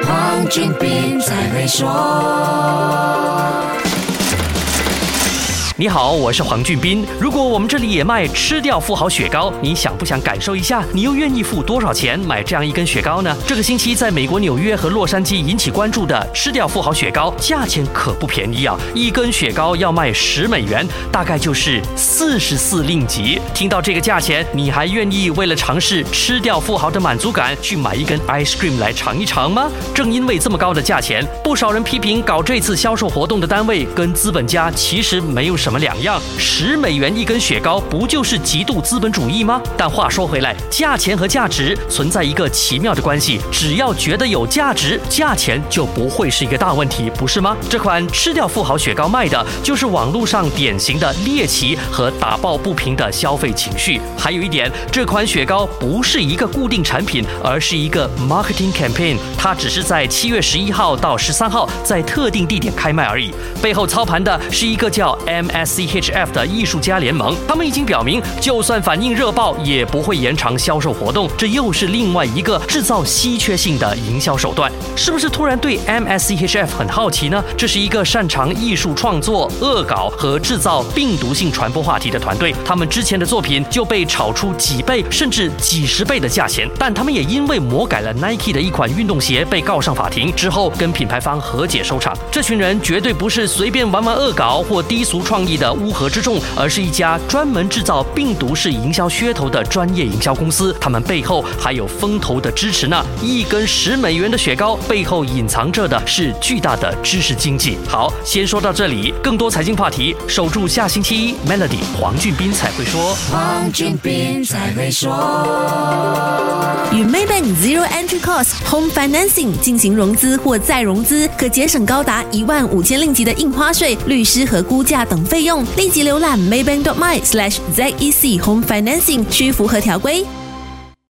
黄俊斌才会说。 你好，我是黄俊斌。如果我们这里也卖吃掉富豪雪糕，你想不想感受一下？你又愿意付多少钱买这样一根雪糕呢？这个星期在美国纽约和洛杉矶引起关注的吃掉富豪雪糕，价钱可不便宜啊！一根雪糕要卖$10，大概就是44令吉。听到这个价钱，你还愿意为了尝试吃掉富豪的满足感，去买一根 ice cream 来尝一尝吗？正因为这么高的价钱，不少人批评搞这次销售活动的单位跟资本家其实没有什么两样。$10一根雪糕，不就是极度资本主义吗？但话说回来，价钱和价值存在一个奇妙的关系，只要觉得有价值，价钱就不会是一个大问题，不是吗？这款吃掉富豪雪糕卖的就是网络上典型的猎奇和打抱不平的消费情绪。还有一点，这款雪糕不是一个固定产品，而是一个 marketing campaign， 它只是在7月11号到13号在特定地点开卖而已。背后操盘的是一个叫 MSCHF 的艺术家联盟，他们已经表明，就算反应热爆，也不会延长销售活动。这又是另外一个制造稀缺性的营销手段。是不是突然对 MSCHF 很好奇呢？这是一个擅长艺术创作、恶搞和制造病毒性传播话题的团队。他们之前的作品就被炒出几倍甚至几十倍的价钱，但他们也因为魔改了 Nike 的一款运动鞋被告上法庭，之后跟品牌方和解收场。这群人绝对不是随便玩玩恶搞或低俗创意的乌合之众，而是一家专门制造病毒式营销噱头的专业营销公司。他们背后还有风投的支持呢。一根$10的雪糕背后隐藏着的是巨大的知识经济。好，先说到这里，更多财经话题守住下星期一 Melody 黄俊斌才会说。 黄俊斌才会说。 与 Maybank Zero Entry Cost Home Financing 进行融资或再融资，可节省高达15000令吉的印花税、律师和估价等费用。立即浏览 maybank.my/ZEC Home Financing， 需符合条规。